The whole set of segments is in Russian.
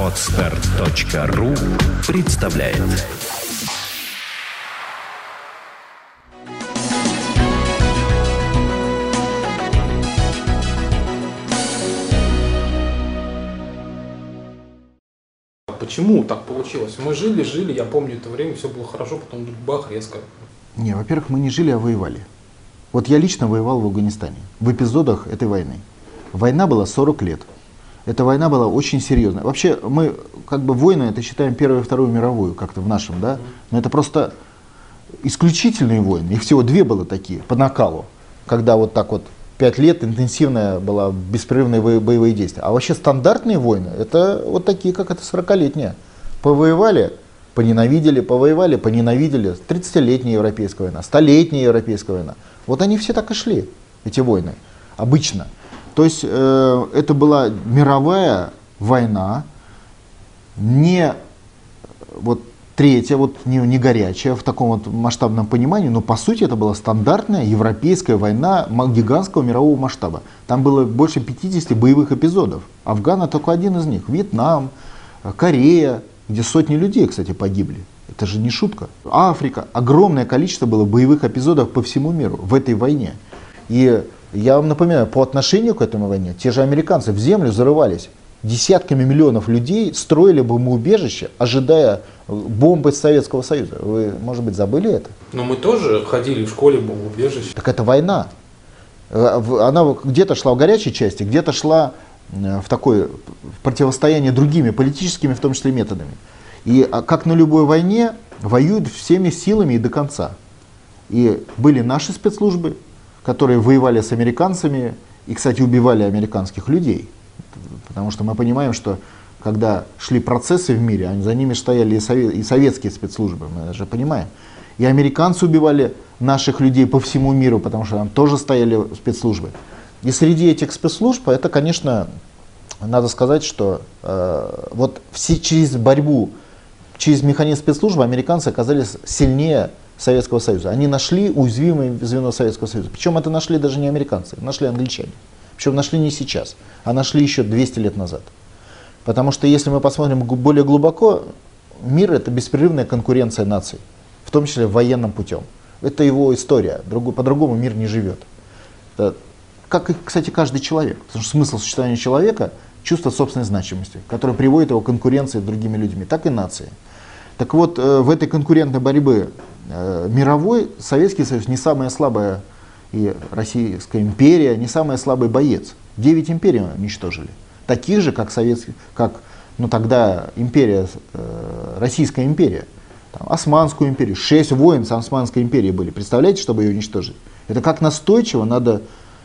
Podster.ru представляет. Почему так получилось? Мы жили, я помню это время, все было хорошо, потом вдруг бах, резко. Не, во-первых, мы не жили, а воевали. Вот я лично воевал в Афганистане, в эпизодах этой войны. Война была 40 лет. Эта война была очень серьезная. Вообще, мы как бы войны, это считаем Первую и Вторую мировую, как-то в нашем, да? Но это просто исключительные войны. Их всего две было такие, по накалу. Когда вот так вот 5 лет интенсивная была беспрерывные боевые действия. А вообще стандартные войны, это вот такие, как это 40-летняя. Повоевали, поненавидели, повоевали, поненавидели. 30-летняя европейская война, 100-летняя европейская война. Вот они все так и шли, эти войны, обычно. То есть это была мировая война, не вот третья, вот не горячая в таком вот масштабном понимании, но по сути это была стандартная европейская война гигантского мирового масштаба. Там было больше 50 боевых эпизодов. Афган только один из них. Вьетнам, Корея, где сотни людей, кстати, погибли. Это же не шутка. Африка. Огромное количество было боевых эпизодов по всему миру в этой войне. И я вам напоминаю, по отношению к этой войне, те же американцы в землю зарывались. Десятками миллионов людей строили бомбоубежища, ожидая бомбы Советского Союза. Вы, может быть, забыли это? Но мы тоже ходили в школе в бомбоубежище. Так это война. Она где-то шла в горячей части, где-то шла в такое противостояние другими политическими, в том числе, методами. И как на любой войне, воюют всеми силами и до конца. И были наши спецслужбы, которые воевали с американцами и, кстати, убивали американских людей. Потому что мы понимаем, что когда шли процессы в мире, за ними стояли и советские спецслужбы, мы же понимаем. И американцы убивали наших людей по всему миру, потому что там тоже стояли спецслужбы. И среди этих спецслужб, это, конечно, надо сказать, что вот через борьбу, через механизм спецслужб американцы оказались сильнее Советского Союза. Они нашли уязвимое звено Советского Союза. Причем это нашли даже не американцы, нашли англичане. Причем нашли не сейчас, а нашли еще 200 лет назад. Потому что если мы посмотрим более глубоко, мир — это беспрерывная конкуренция наций, в том числе военным путем. Это его история, по-другому мир не живет. Это, как и, кстати, каждый человек. Потому что смысл существования человека — чувство собственной значимости, которое приводит его к конкуренции с другими людьми, так и нации. Так вот, в этой конкурентной борьбе мировой Советский Союз не самая слабая, и Российская империя не самый слабый боец. 9 империй уничтожили. Таких же, как тогда империя, Российская империя. Там, Османскую империю. 6 войн с Османской империей были. Представляете, чтобы ее уничтожить? Это как настойчиво надо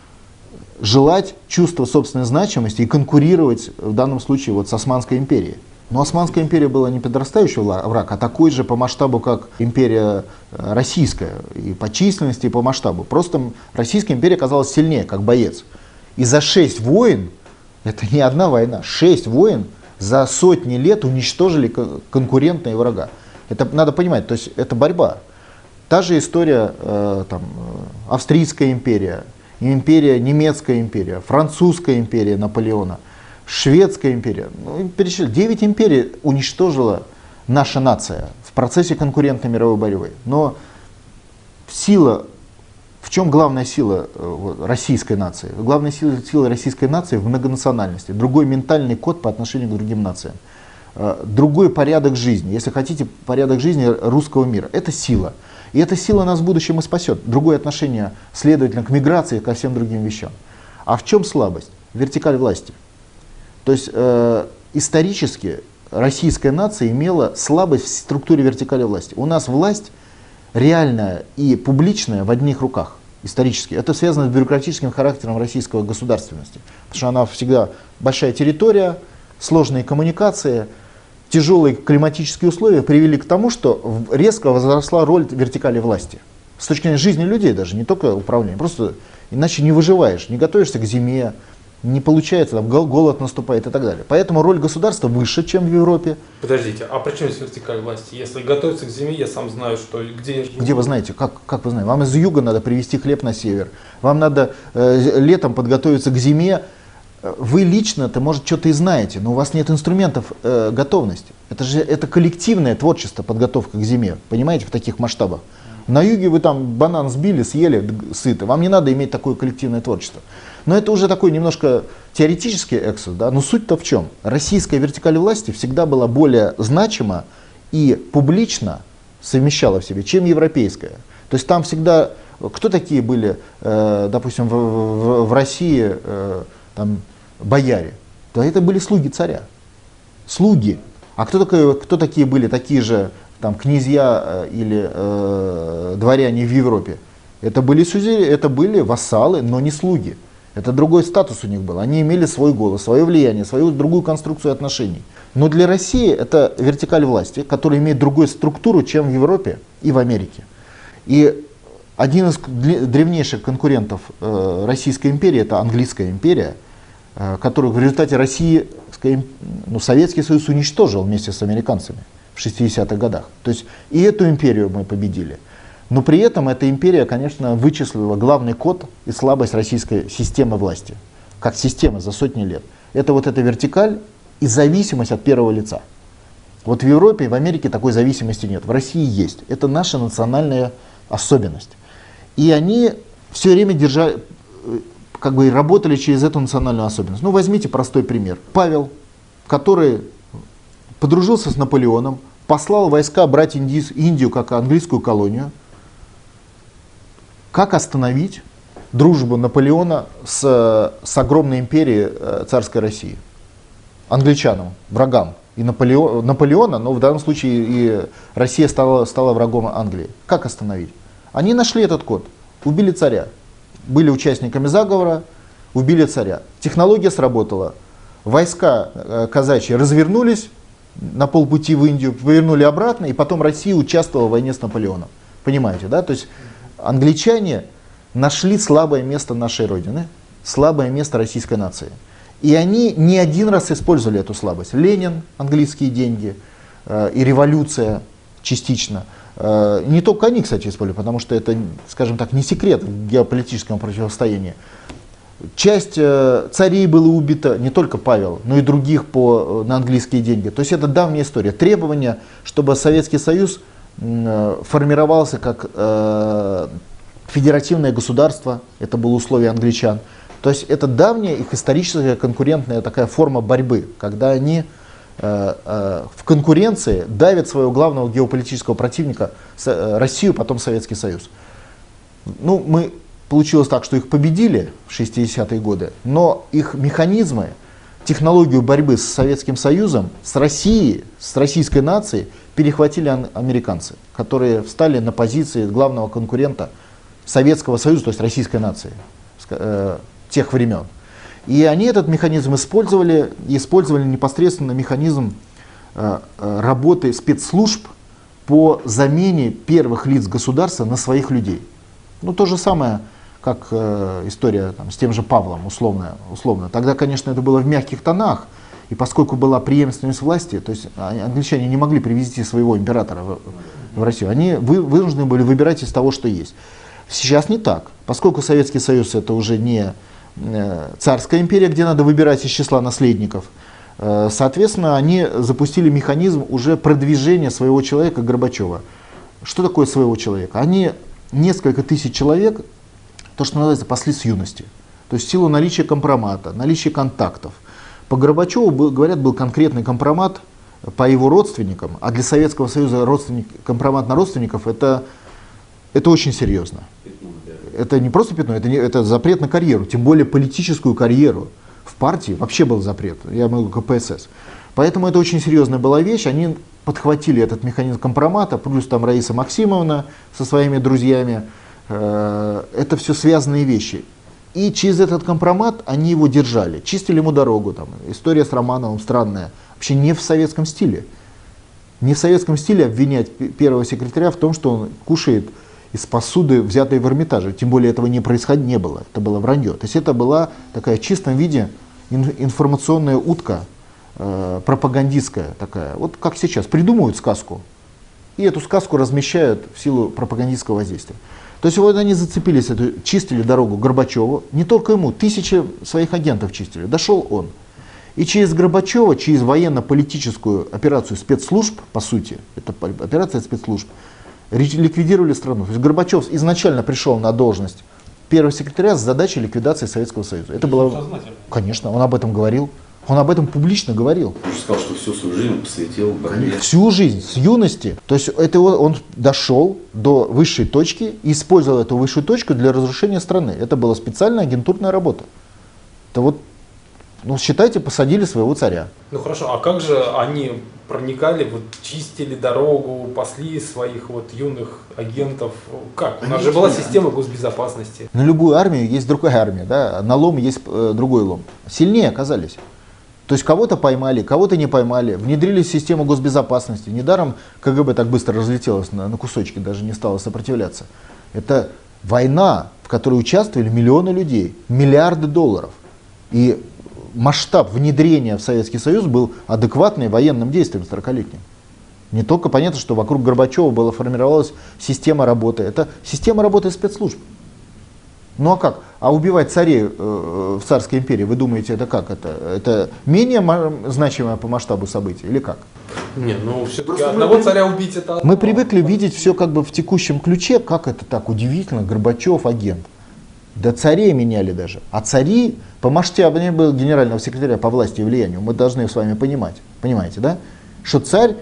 желать чувства собственной значимости и конкурировать в данном случае вот с Османской империей. Но Османская империя была не подрастающий враг, а такой же по масштабу, как империя российская, и по численности, и по масштабу. Просто Российская империя оказалась сильнее, как боец. И за 6 войн, это не одна война, 6 войн за сотни лет уничтожили конкурентные врага. Это надо понимать, то есть это борьба. Та же история, Австрийская империя, Немецкая империя, Французская империя Наполеона, Шведская империя. 9 империй уничтожила наша нация в процессе конкурентной мировой борьбы. Но сила, в чем главная сила российской нации? Главная сила российской нации в многонациональности. Другой ментальный код по отношению к другим нациям. Другой порядок жизни, если хотите, порядок жизни русского мира. Это сила. И эта сила нас в будущем и спасет. Другое отношение, следовательно, к миграции и ко всем другим вещам. А в чем слабость? Вертикаль власти. То есть исторически российская нация имела слабость в структуре вертикали власти. У нас власть реальная и публичная в одних руках исторически. Это связано с бюрократическим характером российской государственности. Потому что она всегда большая территория, сложные коммуникации, тяжелые климатические условия привели к тому, что резко возросла роль вертикали власти. С точки зрения жизни людей даже, не только управления. Просто иначе не выживаешь, не готовишься к зиме, не получается, там, голод наступает и так далее. Поэтому роль государства выше, чем в Европе. Подождите, а при чем здесь вертикаль власти? Если готовиться к зиме, я сам знаю, что где... Где вы знаете? Как вы знаете? Вам из юга надо привезти хлеб на север. Вам надо летом подготовиться к зиме. вы лично-то, может, что-то и знаете, но у вас нет инструментов готовности. Это коллективное творчество, подготовка к зиме, понимаете, в таких масштабах. На юге вы там банан сбили, съели, сыты. Вам не надо иметь такое коллективное творчество. Но это уже такой немножко теоретический эксус, да? Но суть-то в чем? Российская вертикаль власти всегда была более значима и публично совмещала в себе, чем европейская. То есть там всегда, кто такие были, допустим, в России там, бояре? Да это были слуги царя. Слуги. А кто такие были такие же там, князья или дворяне в Европе? Это были вассалы, но не слуги. Это другой статус у них был. Они имели свой голос, свое влияние, свою другую конструкцию отношений. Но для России это вертикаль власти, которая имеет другую структуру, чем в Европе и в Америке. И один из древнейших конкурентов Российской империи, это Английская империя, которую в результате Советский Союз уничтожил вместе с американцами в 60-х годах. То есть и эту империю мы победили. Но при этом эта империя, конечно, вычислила главный код и слабость российской системы власти, как системы за сотни лет. Это вот эта вертикаль и зависимость от первого лица. Вот в Европе и в Америке такой зависимости нет, в России есть. Это наша национальная особенность. И они все время работали через эту национальную особенность. Ну, возьмите простой пример. Павел, который подружился с Наполеоном, послал войска брать Индию как английскую колонию. Как остановить дружбу Наполеона с огромной империей царской России? Англичанам, врагам. И Наполеона, но в данном случае и Россия стала врагом Англии. Как остановить? Они нашли этот код, убили царя. Были участниками заговора, убили царя. Технология сработала. Войска казачьи развернулись на полпути в Индию, повернули обратно, и потом Россия участвовала в войне с Наполеоном. Понимаете, да? То есть англичане нашли слабое место нашей Родины, слабое место российской нации. И они не один раз использовали эту слабость. Ленин, английские деньги и революция частично. Не только они, кстати, использовали, потому что это, скажем так, не секрет в геополитическом противостоянии. Часть царей было убито, не только Павел, но и других на английские деньги. То есть это давняя история. Требование, чтобы Советский Союз формировался как федеративное государство, это было условие англичан. То есть это давняя их историческая конкурентная такая форма борьбы, когда они в конкуренции давят своего главного геополитического противника, Россию, потом Советский Союз. Ну, получилось так, что их победили в 60-е годы, но их механизмы, технологию борьбы с Советским Союзом, с Россией, с российской нацией перехватили американцы, которые встали на позиции главного конкурента Советского Союза, то есть российской нации тех времен. И они этот механизм использовали непосредственно механизм работы спецслужб по замене первых лиц государства на своих людей. Ну, то же самое, как история с тем же Павлом, условно. Тогда, конечно, это было в мягких тонах, и поскольку была преемственность власти, то есть англичане не могли привезти своего императора в Россию, они вынуждены были выбирать из того, что есть. Сейчас не так, поскольку Советский Союз это уже не царская империя, где надо выбирать из числа наследников. Соответственно, они запустили механизм уже продвижения своего человека Горбачева. Что такое своего человека? Они несколько тысяч человек, то, что называется, пасли с юности. То есть в силу наличия компромата, наличия контактов. По Горбачеву, говорят, был конкретный компромат по его родственникам, а для Советского Союза компромат на родственников это очень серьезно. Это не просто пятно, это запрет на карьеру, тем более политическую карьеру. В партии вообще был запрет, я могу КПСС. Поэтому это очень серьезная была вещь, они подхватили этот механизм компромата, плюс там Раиса Максимовна со своими друзьями. Это все связанные вещи. И через этот компромат они его держали, чистили ему дорогу. Там, история с Романовым странная, вообще не в советском стиле. Не в советском стиле обвинять первого секретаря в том, что он кушает из посуды, взятой в Эрмитаже. Тем более этого не было, это было вранье. То есть это была такая в чистом виде информационная утка, пропагандистская такая. Вот как сейчас, придумывают сказку, и эту сказку размещают в силу пропагандистского воздействия. То есть вот они зацепились, чистили дорогу Горбачеву, не только ему, тысячи своих агентов чистили, дошел он. И через Горбачева, через военно-политическую операцию спецслужб, по сути, это операция спецслужб, ликвидировали страну. То есть Горбачев изначально пришел на должность первого секретаря с задачей ликвидации Советского Союза. Это было, конечно, он об этом говорил. Он об этом публично говорил. Он же сказал, что всю свою жизнь посвятил борьбе. Всю жизнь, с юности. То есть это он дошел до высшей точки и использовал эту высшую точку для разрушения страны. Это была специальная агентурная работа. Это вот, ну считайте, посадили своего царя. Ну хорошо, а как же они проникали, вот чистили дорогу, пасли своих вот юных агентов? Как? У нас же была система госбезопасности. На любую армию есть другая армия, да? На лом есть другой лом. Сильнее оказались. То есть кого-то поймали, кого-то не поймали, внедрили в систему госбезопасности. Недаром КГБ так быстро разлетелось на кусочки, даже не стало сопротивляться. Это война, в которой участвовали миллионы людей, миллиарды долларов. И масштаб внедрения в Советский Союз был адекватный военным действиям 40-летним. Не только понятно, что вокруг Горбачева формировалась система работы. Это система работы спецслужб. Ну а как? А убивать царей в царской империи, вы думаете, это как? Это менее значимое по масштабу событие или как? Не, ну все-таки одного царя убить это одно. Мы привыкли видеть все как бы в текущем ключе, как это так удивительно, Горбачев агент. Да царей меняли даже. А цари по масштабу был генерального секретаря по власти и влиянию. Мы должны с вами понимать. Понимаете, да? Что царь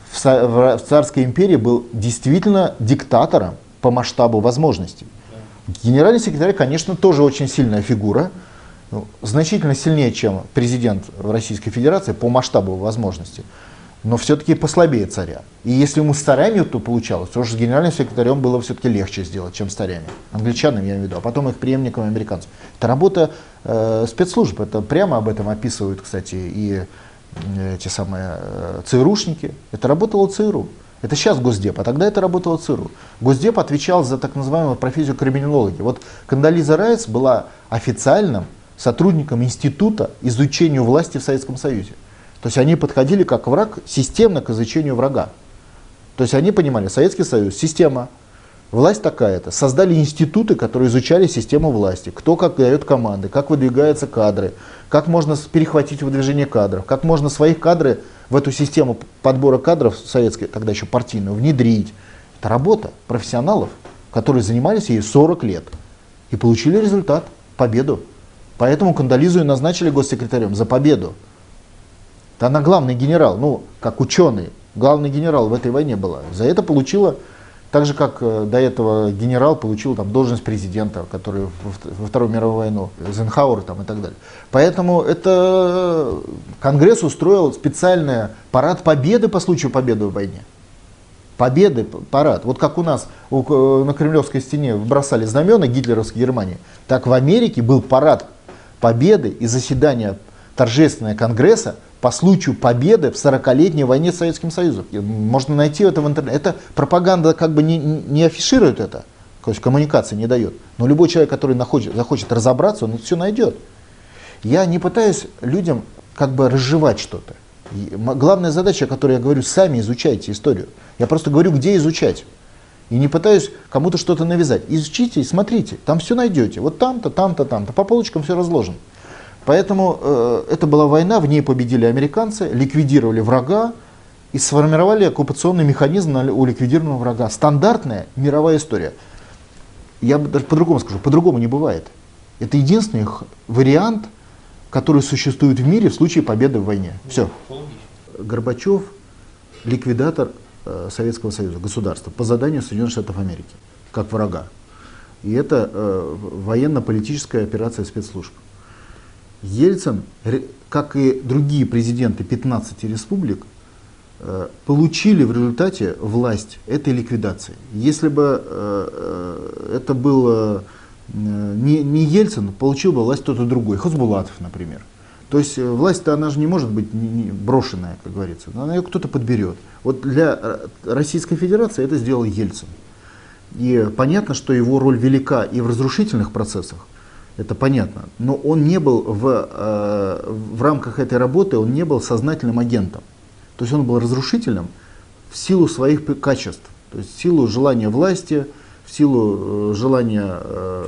в царской империи был действительно диктатором по масштабу возможностей. Генеральный секретарь, конечно, тоже очень сильная фигура, значительно сильнее, чем президент в Российской Федерации по масштабу возможностей, но все-таки послабее царя. И если ему с царями то получалось, то с генеральным секретарем было все-таки легче сделать, чем с царями. Англичанам, я имею в виду, а потом их преемникам американцам. Это работа спецслужб, это прямо об этом описывают, кстати, и те самые ЦРУшники. Это работало ЦРУ. Это сейчас Госдеп, а тогда это работало ЦРУ. Госдеп отвечал за так называемую профессию криминологии. Вот Кондолиза Райс была официальным сотрудником Института изучения власти в Советском Союзе. То есть они подходили как враг системно к изучению врага. То есть они понимали, Советский Союз, система, власть такая-то. Создали институты, которые изучали систему власти. Кто как дает команды, как выдвигаются кадры, как можно перехватить выдвижение кадров, как можно своих кадры в эту систему подбора кадров советской, тогда еще партийную, внедрить. Это работа профессионалов, которые занимались ей 40 лет и получили результат, победу. Поэтому Кондолизу и назначили госсекретарем за победу. Она главный генерал, ну, как ученый, главный генерал в этой войне была. За это получила, так же, как до этого генерал получил там должность президента, который во Вторую мировую войну, Эйзенхауэр там и так далее. Поэтому это Конгресс устроил специальный парад победы по случаю победы в войне. Победы, парад. Вот как у нас на Кремлевской стене бросали знамена гитлеровской Германии, так в Америке был парад победы и заседание торжественное Конгресса по случаю победы в 40-летней войне с Советским Союзом. Можно найти это в интернете. Это пропаганда как бы не афиширует это, то есть коммуникации не дает. Но любой человек, который захочет разобраться, он все найдет. Я не пытаюсь людям как бы разжевать что-то. Главная задача, о которой я говорю, сами изучайте историю. Я просто говорю, где изучать. И не пытаюсь кому-то что-то навязать. Изучите и смотрите, там все найдете. Вот там-то, там-то, там-то. По полочкам все разложено. Поэтому это была война, в ней победили американцы, ликвидировали врага и сформировали оккупационный механизм у ликвидированного врага. Стандартная мировая история. Я даже по-другому скажу, по-другому не бывает. Это единственный вариант, который существует в мире в случае победы в войне. Все. Горбачев ликвидатор Советского Союза, государства, по заданию Соединенных Штатов Америки, как врага. И это военно-политическая операция спецслужб. Ельцин, как и другие президенты 15 республик, получили в результате власть этой ликвидации. Если бы это был не Ельцин, получил бы власть кто-то другой, Хасбулатов, например. То есть власть-то она же не может быть брошенная, как говорится, она ее кто-то подберет. Вот для Российской Федерации это сделал Ельцин. И понятно, что его роль велика и в разрушительных процессах, это понятно, но он не был в рамках этой работы, он не был сознательным агентом. То есть он был разрушительным в силу своих качеств, то есть в силу желания власти, в силу желания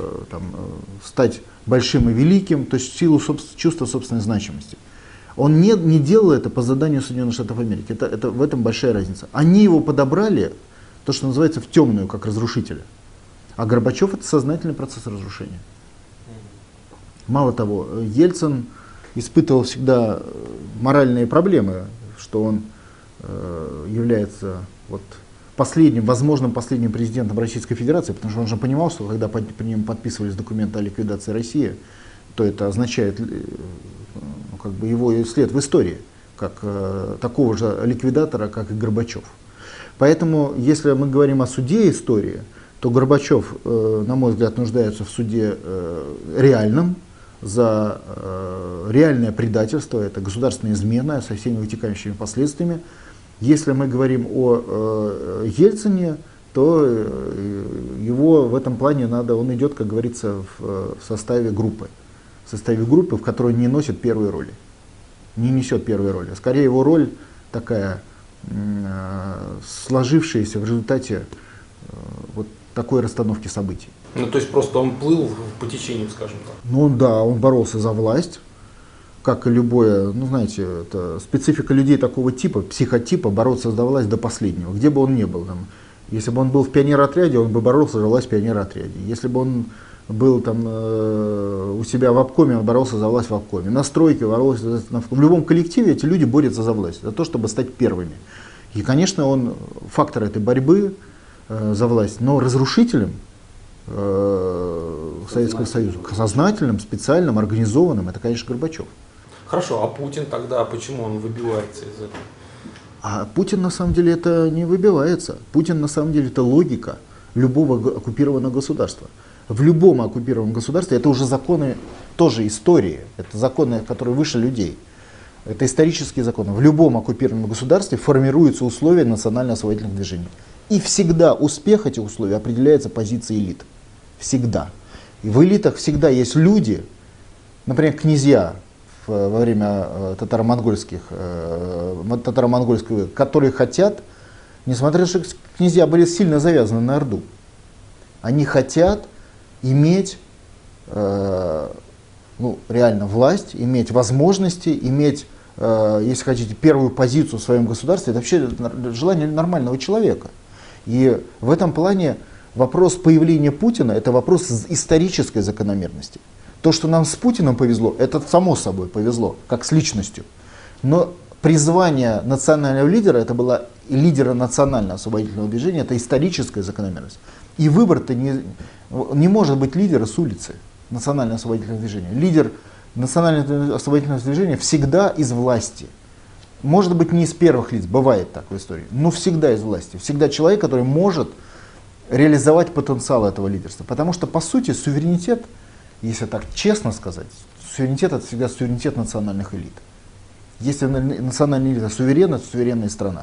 стать большим и великим, то есть в силу чувства собственной значимости. Он не делал это по заданию Соединенных Штатов Америки. Это в этом большая разница. Они его подобрали, то, что называется, в темную, как разрушителя. А Горбачев — это сознательный процесс разрушения. Мало того, Ельцин испытывал всегда моральные проблемы, что он является возможным последним президентом Российской Федерации, потому что он же понимал, что когда при нем подписывались документы о ликвидации России, то это означает его след в истории, как такого же ликвидатора, как и Горбачев. Поэтому, если мы говорим о суде истории, то Горбачев, на мой взгляд, нуждается в суде реальном, за реальное предательство, это государственная измена со всеми вытекающими последствиями. Если мы говорим о Ельцине, то его в этом плане он идет, как говорится, в составе группы, в которой не носит первой роли, не несет первой роли. Скорее его роль такая, сложившаяся в результате такой расстановки событий. Ну, то есть просто он плыл по течению, скажем так. Ну да, он боролся за власть, как и любое, это специфика людей такого типа, психотипа, бороться за власть до последнего, где бы он ни был. Если бы он был в пионеротряде, он бы боролся за власть в пионеротряде. Если бы он был у себя в обкоме, он боролся за власть в обкоме. На стройке боролся в любом коллективе эти люди борются за власть, за то, чтобы стать первыми. И, конечно, он фактор этой борьбы за власть, но разрушителем Советского Союза, сознательным, специальным, организованным, это, конечно, Горбачев. Хорошо, а Путин тогда, почему он выбивается из этого? А Путин на самом деле это не выбивается. Путин на самом деле это логика любого оккупированного государства. В любом оккупированном государстве это уже законы тоже истории, это законы, которые выше людей. Это исторические законы. В любом оккупированном государстве формируются условия национально-освободительных движений. И всегда успех этих условий определяется позицией элит. Всегда. И в элитах всегда есть люди, например, князья во время татаро-монгольской, которые хотят, несмотря на то, что князья были сильно завязаны на Орду, они хотят иметь реально власть, иметь возможности, иметь, если хотите, первую позицию в своем государстве. Это вообще желание нормального человека. И в этом плане вопрос появления Путина — это вопрос исторической закономерности. То, что нам с Путиным повезло, это само собой повезло, как с личностью. Но призвание национального лидера, это было лидера национально-освободительного движения, это историческая закономерность. И выбор-то не может быть лидера с улицы национально-освободительного движения. Лидер национально-освободительного движения всегда из власти. Может быть, не из первых лиц, бывает так в истории, но всегда из власти. Всегда человек, который может реализовать потенциал этого лидерства. Потому что, по сути, суверенитет, если так честно сказать, суверенитет — это всегда суверенитет национальных элит. Если национальная элита суверенна, то суверенная страна.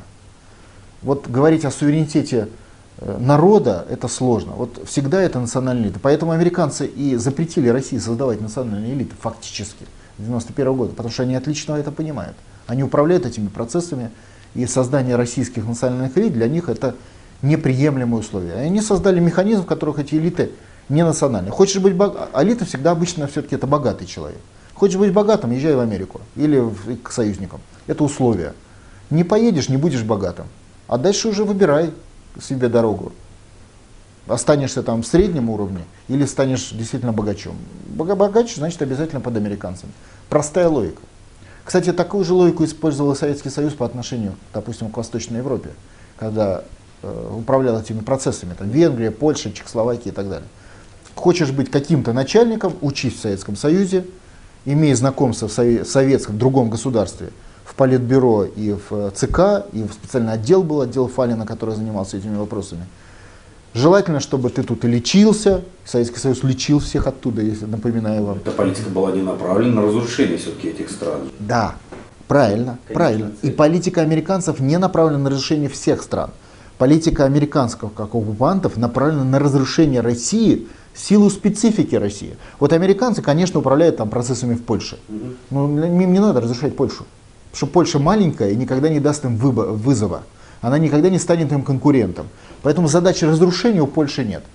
Вот говорить о суверенитете народа — это сложно. Вот всегда это национальная элита. Поэтому американцы и запретили России создавать национальные элиты фактически с 1991 года, потому что они отлично это понимают. Они управляют этими процессами, и создание российских национальных элит для них это неприемлемые условия. И они создали механизм, в которых эти элиты не национальные. Хочешь быть богатым, элита всегда обычно все-таки это богатый человек. Хочешь быть богатым, езжай в Америку или к союзникам. Это условия. Не поедешь, не будешь богатым. А дальше уже выбирай себе дорогу. Останешься там в среднем уровне или станешь действительно богачом. Богаче, значит, обязательно под американцами. Простая логика. Кстати, такую же логику использовал Советский Союз по отношению, допустим, к Восточной Европе, когда управлял этими процессами, там, Венгрия, Польша, Чехословакия и так далее. Хочешь быть каким-то начальником, учись в Советском Союзе, имей знакомство в советском, в другом государстве, в Политбюро и в ЦК, и в специальный отдел был, отдел Фалина, который занимался этими вопросами. Желательно, чтобы ты тут и лечился, Советский Союз лечил всех оттуда, если напоминаю вам. Эта политика была не направлена на разрушение все-таки этих стран. Да, правильно, правильно. И политика американцев не направлена на разрушение всех стран. Политика американцев, как оккупантов, направлена на разрушение России в силу специфики России. Вот американцы, конечно, управляют там процессами в Польше. Но им не надо разрушать Польшу. Потому что Польша маленькая и никогда не даст им вызова. Она никогда не станет им конкурентом. Поэтому задачи разрушения у Польши нет.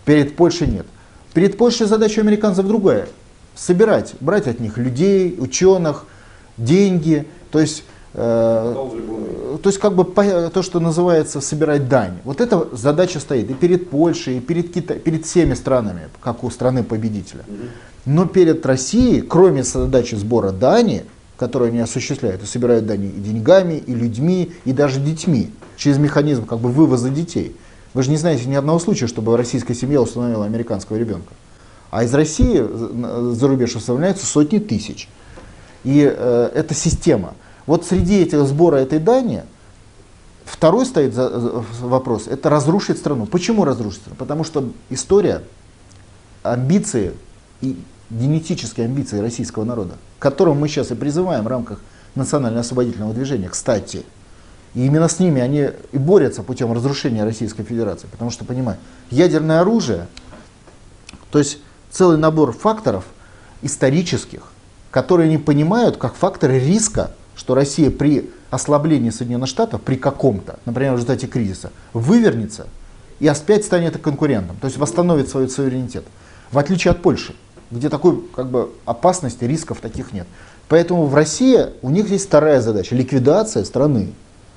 Перед Польшей нет. Перед Польшей задача американцев другая. Собирать, брать от них людей, ученых, деньги. То есть как бы то, что называется собирать дань. Вот эта задача стоит и перед Польшей, и перед всеми странами, как у страны-победителя. Но перед Россией, кроме задачи сбора дани, которую они осуществляют, и собирают дани и деньгами, и людьми, и даже детьми, через механизм как бы вывоза детей. Вы же не знаете ни одного случая, чтобы российская семья установила американского ребенка. А из России за рубеж установляются сотни тысяч. И это система. Вот среди этих сбора этой дани второй стоит вопрос, это разрушить страну. Почему разрушить страну? Потому что история, амбиции и генетические амбиции российского народа, к которым мы сейчас и призываем в рамках национально-освободительного движения, кстати, и именно с ними они и борются путем разрушения Российской Федерации. Потому что, понимаю, ядерное оружие, то есть целый набор факторов исторических, которые не понимают как факторы риска, что Россия при ослаблении Соединенных Штатов, при каком-то, например, в результате кризиса, вывернется и опять станет конкурентом, то есть восстановит свой суверенитет. В отличие от Польши, где такой как бы опасности, рисков таких нет. Поэтому в России у них есть вторая задача – ликвидация страны.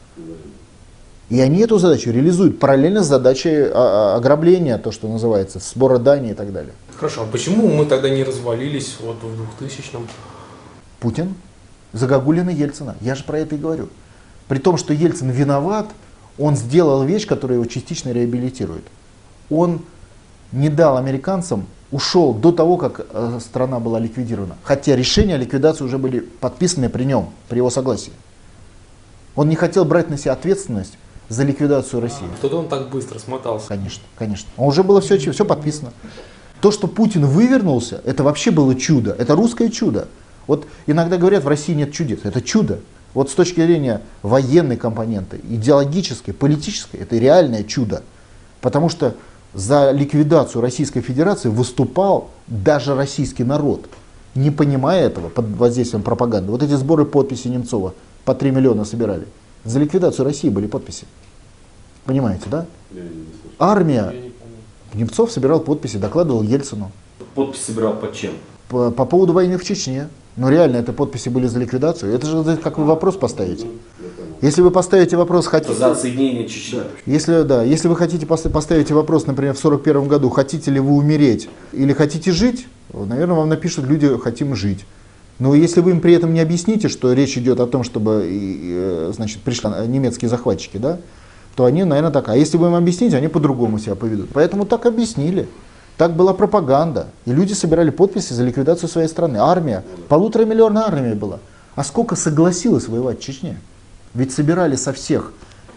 И они эту задачу реализуют параллельно с задачей ограбления, то, что называется, сбора дани и так далее. Хорошо, а почему мы тогда не развалились вот в 2000-м? Путин, загогулина Ельцина. Я же про это и говорю. При том, что Ельцин виноват, он сделал вещь, которая его частично реабилитирует. Он не дал американцам, ушел до того, как страна была ликвидирована. Хотя решения о ликвидации уже были подписаны при нем, при его согласии. Он не хотел брать на себя ответственность за ликвидацию России. Что-то он так быстро смотался. Конечно, конечно. Уже было все подписано. То, что Путин вывернулся, это вообще было чудо. Это русское чудо. Вот иногда говорят, в России нет чудес. Это чудо. Вот с точки зрения военной компоненты, идеологической, политической, это реальное чудо. Потому что за ликвидацию Российской Федерации выступал даже российский народ, не понимая этого, под воздействием пропаганды. Вот эти сборы подписей Немцова по 3 миллиона собирали. За ликвидацию России были подписи. Понимаете, да? Армия. Немцов собирал подписи, докладывал Ельцину. Подпись собирал под чем? По поводу войны в Чечне. Но реально это подписи были за ликвидацию. Это же как вы вопрос поставите. Если вы поставите вопрос, хотите... За отсоединение Чечни. Если вы хотите поставить вопрос, например, в 1941 году, хотите ли вы умереть или хотите жить, наверное, вам напишут люди «хотим жить». Но если вы им при этом не объясните, что речь идет о том, чтобы значит, пришли немецкие захватчики, да, то они, наверное, так. А если вы им объясните, они по-другому себя поведут. Поэтому так объяснили. Так была пропаганда. И люди собирали подписи за ликвидацию своей страны. Армия, 1,5-миллионная армия была. А сколько согласилось воевать в Чечне? Ведь собирали со всех.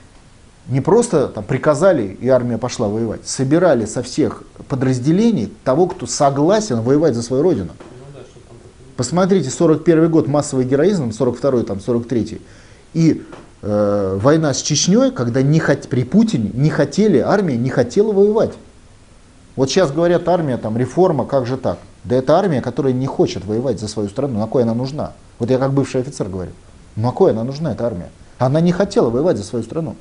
Не просто там, приказали, и армия пошла воевать. Собирали со всех подразделений того, кто согласен воевать за свою родину. Посмотрите, 41 год массовый героизм, 42-й, там, 43-й. И война с Чечней, когда при Путине не хотели, армия не хотела воевать. Вот сейчас говорят, армия, там, реформа, как же так? Да это армия, которая не хочет воевать за свою страну. На кой она нужна? Вот я как бывший офицер говорю. На кой она нужна, эта армия? Она не хотела воевать за свою страну.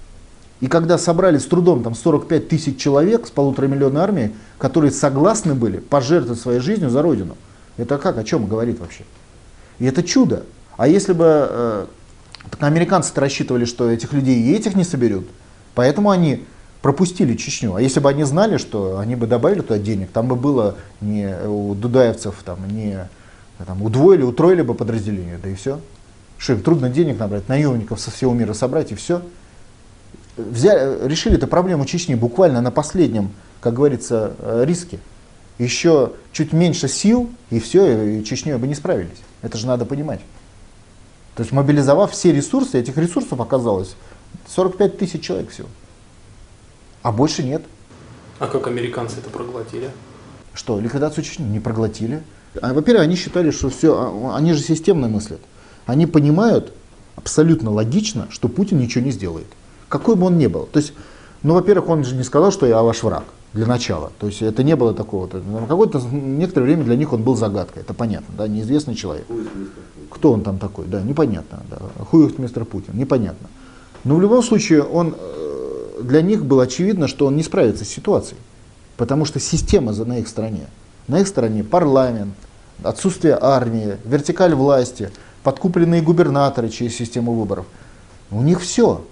И когда собрали с трудом там, 45 тысяч человек с 1,5-миллионной армией, которые согласны были пожертвовать своей жизнью за родину, это как, о чем говорит вообще? И это чудо. А если бы американцы-то рассчитывали, что этих людей и этих не соберут, поэтому они пропустили Чечню. А если бы они знали, что они бы добавили туда денег, там бы было не у дудаевцев, там, не там, удвоили, утроили бы подразделение, да и все. Что им трудно денег набрать, наемников со всего мира собрать и все. Решили эту проблему Чечни буквально на последнем, как говорится, риске. Еще чуть меньше сил, и все, и Чечней бы не справились. Это же надо понимать. То есть мобилизовав все ресурсы, этих ресурсов оказалось 45 тысяч человек всего. А больше нет. А как американцы это проглотили? Что, ликвидацию Чечни не проглотили? Во-первых, они считали, что все, они же системно мыслят. Они понимают абсолютно логично, что Путин ничего не сделает. Какой бы он ни был. То есть, ну, во-первых, он же не сказал, что я ваш враг. Для начала. То есть это не было такого. Какое-то некоторое время для них он был загадкой. Это понятно, да, неизвестный человек. Кто он там такой, да, непонятно. Да. Хуев мистер Путин, непонятно. Но в любом случае он, для них было очевидно, что он не справится с ситуацией. потому что система на их стороне. На их стороне парламент, отсутствие армии, вертикаль власти, подкупленные губернаторы через систему выборов. У них все.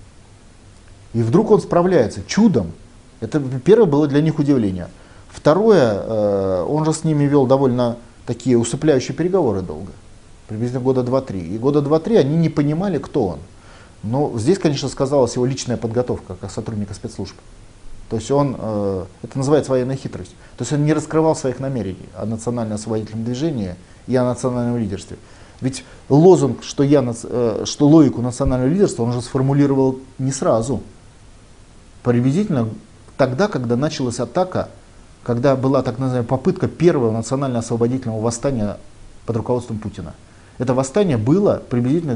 И вдруг он справляется чудом. Это первое было для них удивление. Второе, он же с ними вел довольно такие усыпляющие переговоры долго. Приблизительно года 2-3. И года 2-3 они не понимали, кто он. Но здесь, конечно, сказалась его личная подготовка как сотрудника спецслужб. То есть он, это называется военная хитрость. То есть он не раскрывал своих намерений о национально-освободительном движении и о национальном лидерстве. Ведь лозунг, что логику национального лидерства, он же сформулировал не сразу. Приблизительно тогда, когда началась атака, когда была так называемая попытка первого национально-освободительного восстания под руководством Путина. Это восстание было приблизительно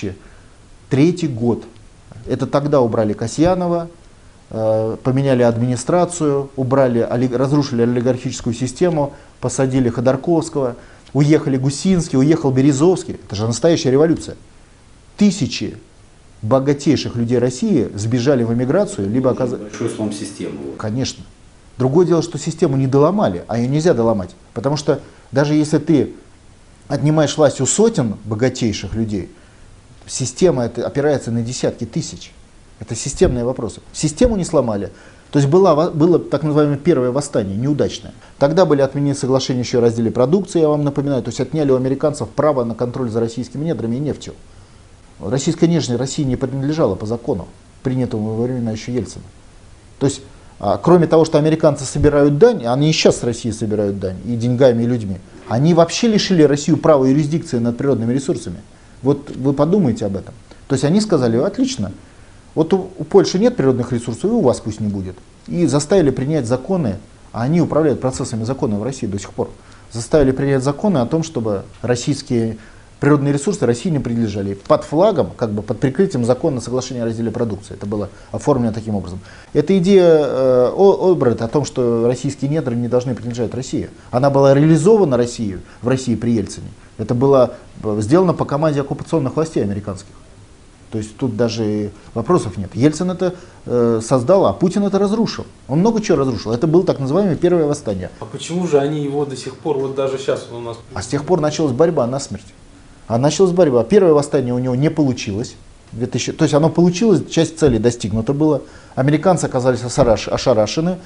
2003 год. Это тогда убрали Касьянова, поменяли администрацию, разрушили олигархическую систему, посадили Ходорковского, уехали Гусинский, уехал Березовский. Это же настоящая революция. Тысячи богатейших людей России сбежали в эмиграцию, либо оказались... Большой слом системы. Конечно. Другое дело, что систему не доломали, а ее нельзя доломать. Потому что даже если ты отнимаешь власть у сотен богатейших людей, система это опирается на десятки тысяч. Это системные вопросы. Систему не сломали. То есть было так называемое первое восстание, неудачное. Тогда были отменены соглашения еще о разделе продукции, я вам напоминаю. То есть отняли у американцев право на контроль за российскими недрами и нефтью. Российская нефть России не принадлежала по закону, принятому во времена еще Ельцина. То есть, кроме того, что американцы собирают дань, они и сейчас с России собирают дань, и деньгами, и людьми, они вообще лишили Россию права юрисдикции над природными ресурсами. Вот вы подумайте об этом. То есть они сказали, отлично, вот у Польши нет природных ресурсов, и у вас пусть не будет. И заставили принять законы, а они управляют процессами закона в России до сих пор. Заставили принять законы о том, чтобы российские природные ресурсы России не принадлежали. Под флагом, как бы под прикрытием закона соглашения о разделе продукции. Это было оформлено таким образом. Эта идея Олбрайта о том, что российские недры не должны принадлежать России, она была реализована в России при Ельцине. Это было сделано по команде оккупационных властей американских. То есть тут даже вопросов нет. Ельцин это создал, а Путин это разрушил. Он много чего разрушил. Это было так называемое первое восстание. А почему же они его до сих пор, вот даже сейчас у нас... А с тех пор началась борьба насмерть. Началась борьба. Первое восстание у него не получилось. То есть оно получилось, часть целей достигнута была. Американцы оказались ошарашены.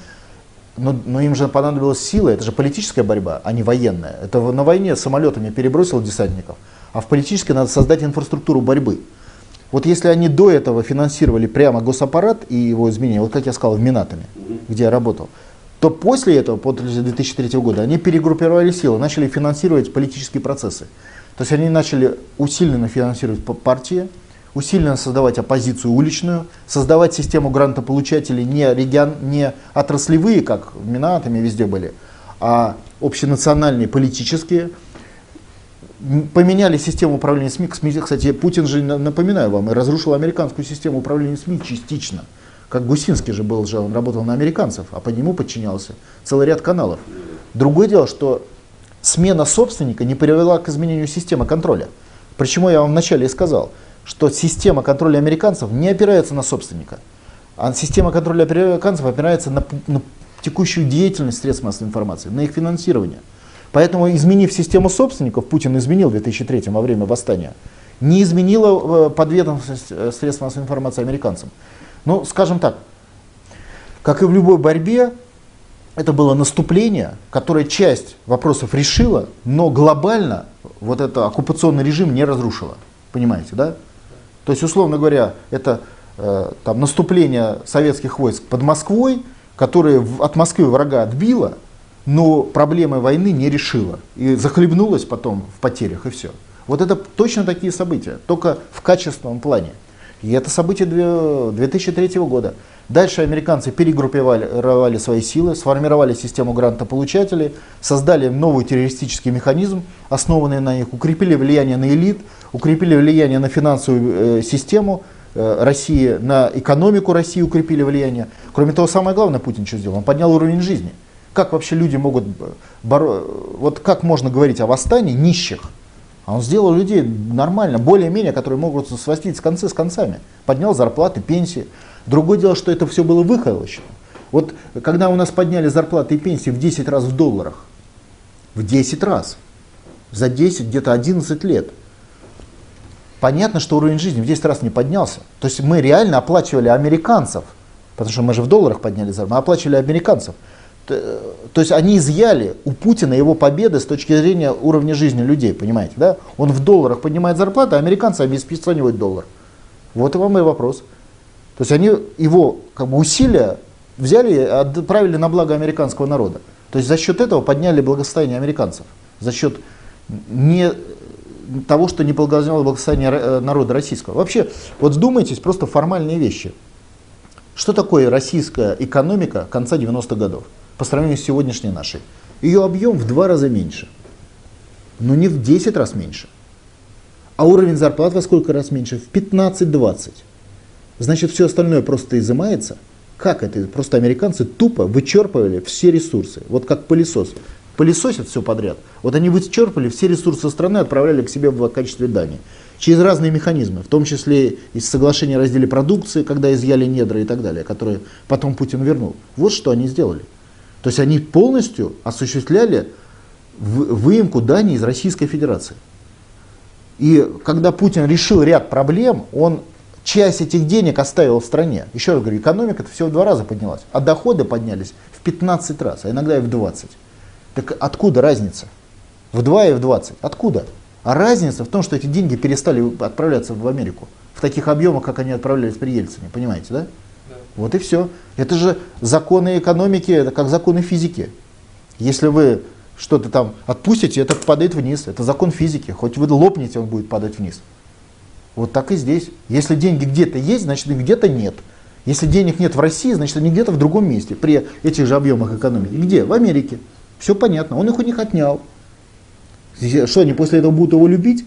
Но им же понадобилась сила. Это же политическая борьба, а не военная. Это на войне самолетами перебросил десантников. А в политической надо создать инфраструктуру борьбы. Вот если они до этого финансировали прямо госаппарат и его изменения, вот как я сказал, в Минатоме, где я работал, то после этого, после 2003 года, они перегруппировали силы, начали финансировать политические процессы. То есть они начали усиленно финансировать партии, усиленно создавать оппозицию уличную, создавать систему грантополучателей не отраслевые, как в Минатоме везде были, а общенациональные, политические. Поменяли систему управления СМИ. Кстати, Путин же, напоминаю вам, разрушил американскую систему управления СМИ частично. Как Гусинский же был, он работал на американцев, а по нему подчинялся целый ряд каналов. Другое дело, что смена собственника не привела к изменению системы контроля. Почему я вам вначале и сказал, что система контроля американцев не опирается на собственника, а система контроля американцев опирается на текущую деятельность средств массовой информации, на их финансирование. Поэтому, изменив систему собственников, Путин изменил в 2003 во время восстания, не изменила подведомственность средств массовой информации американцам. Ну, скажем так, как и в любой борьбе, это было наступление, которое часть вопросов решило, но глобально вот это оккупационный режим не разрушило. Понимаете, да? То есть, условно говоря, это там, наступление советских войск под Москвой, которое от Москвы врага отбило, но проблемы войны не решила и захлебнулась потом в потерях, и все. Вот это точно такие события, только в качественном плане. И это событие 2003 года. Дальше американцы перегруппировали свои силы, сформировали систему грантополучателей, создали новый террористический механизм, основанный на них, укрепили влияние на элит, укрепили влияние на финансовую систему России, на экономику России укрепили влияние. Кроме того, самое главное Путин что сделал? Он поднял уровень жизни. Как вообще люди могут вот как можно говорить о восстании нищих? А он сделал людей нормально, более-менее, которые могут сводить концы с концами. Поднял зарплаты, пенсии. Другое дело, что это все было выхолощено. Вот когда у нас подняли зарплаты и пенсии в 10 раз в долларах, в 10 раз, за 10, где-то 11 лет, понятно, что уровень жизни в 10 раз не поднялся. То есть мы реально оплачивали американцев, потому что мы же в долларах подняли зарплату, мы оплачивали американцев. То есть они изъяли у Путина его победы с точки зрения уровня жизни людей, понимаете, да? Он в долларах поднимает зарплату, а американцы обесценивают доллар. Вот и вам и вопрос. То есть они его усилия взяли и отправили на благо американского народа. То есть за счет этого подняли благосостояние американцев. За счет не того, что не подняло благосостояние народа российского. Вообще, вот вдумайтесь, просто формальные вещи. Что такое российская экономика конца 90-х годов по сравнению с сегодняшней нашей? Ее объем в 2 раза меньше, но не в 10 раз меньше. А уровень зарплат во сколько раз меньше? В 15-20. Значит, все остальное просто изымается. Как это? Просто американцы тупо вычерпывали все ресурсы. Вот как пылесос. Пылесосят все подряд. Вот они вычерпали все ресурсы страны, отправляли к себе в качестве дани. Через разные механизмы, в том числе из соглашения о разделе продукции, когда изъяли недра и так далее, которые потом Путин вернул. Вот что они сделали. То есть они полностью осуществляли выемку дани из Российской Федерации. И когда Путин решил ряд проблем, он часть этих денег оставил в стране. Еще раз говорю, экономика-то всего в 2 раза поднялась, а доходы поднялись в 15 раз, а иногда и в 20. Так откуда разница? В 2 и в 20. Откуда? А разница в том, что эти деньги перестали отправляться в Америку в таких объемах, как они отправлялись при Ельцине. Понимаете, да? Да. Вот и все. Это же законы экономики, это как законы физики. Если вы что-то там отпустите, это падает вниз. Это закон физики. Хоть вы лопнете, он будет падать вниз. Вот так и здесь. Если деньги где-то есть, значит их где-то нет. Если денег нет в России, значит они где-то в другом месте, при этих же объемах экономики. Где? В Америке. Все понятно. Он их у них отнял. Что, они после этого будут его любить?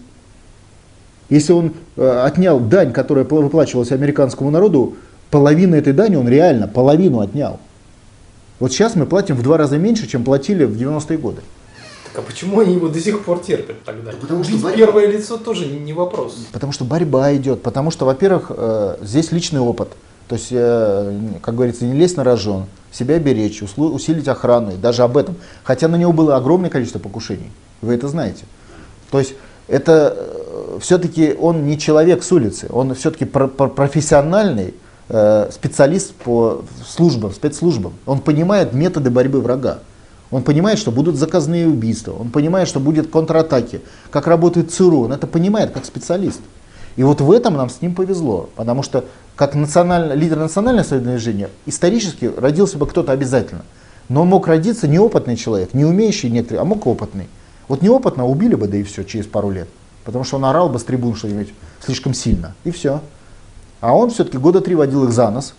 Если он отнял дань, которая выплачивалась американскому народу, половину этой дани он реально, половину отнял. Вот сейчас мы платим в 2 раза меньше, чем платили в 90-е годы. Так а почему они его до сих пор терпят тогда? Потому что первое лицо тоже не вопрос. Потому что борьба идет, потому что, во-первых, здесь личный опыт. То есть, как говорится, не лезть на рожон, себя беречь, усилить охрану, и даже об этом. Хотя на него было огромное количество покушений. Вы это знаете. То есть это все-таки он не человек с улицы, он все-таки профессиональный специалист по службам, спецслужбам. Он понимает методы борьбы врага. Он понимает, что будут заказные убийства, он понимает, что будут контратаки, как работает ЦРУ, он это понимает как специалист. И вот в этом нам с ним повезло, потому что как лидер национального советского движения исторически родился бы кто-то обязательно. Но он мог родиться неопытный человек, не умеющий некоторые, а мог опытный. Вот неопытно убили бы, да и все, через пару лет. Потому что он орал бы с трибун что-нибудь слишком сильно, и все. А он все-таки 3 года водил их за нос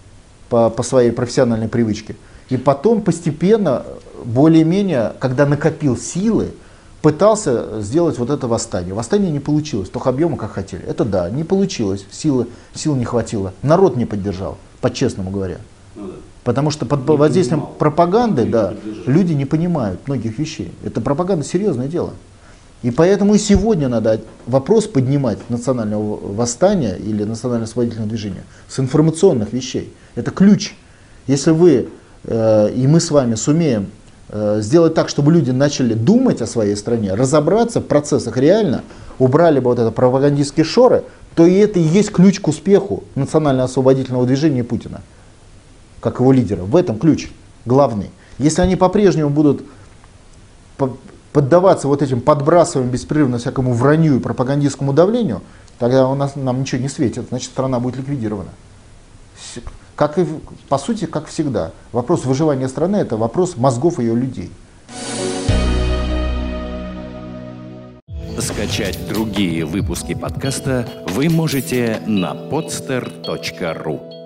по своей профессиональной привычке. И потом постепенно, более-менее, когда накопил силы, пытался сделать вот это восстание. Восстание не получилось, того объема, как хотели. Это да, не получилось, сил не хватило. Народ не поддержал, по-честному говоря. Потому что под воздействием пропаганды, да, люди не понимают многих вещей. Это пропаганда серьезное дело. И поэтому и сегодня надо вопрос поднимать национального восстания или национально-освободительного движения с информационных вещей. Это ключ. Если вы и мы с вами сумеем сделать так, чтобы люди начали думать о своей стране, разобраться в процессах реально, убрали бы вот это пропагандистские шоры, то и это и есть ключ к успеху национально-освободительного движения Путина, как его лидера. В этом ключ главный. Если они по-прежнему будут поддаваться вот этим подбрасываниям беспрерывно всякому вранью и пропагандистскому давлению, тогда нам ничего не светит, значит страна будет ликвидирована. Как и, по сути, как всегда. Вопрос выживания страны — это вопрос мозгов ее людей. Скачать другие выпуски подкаста вы можете на podster.ru.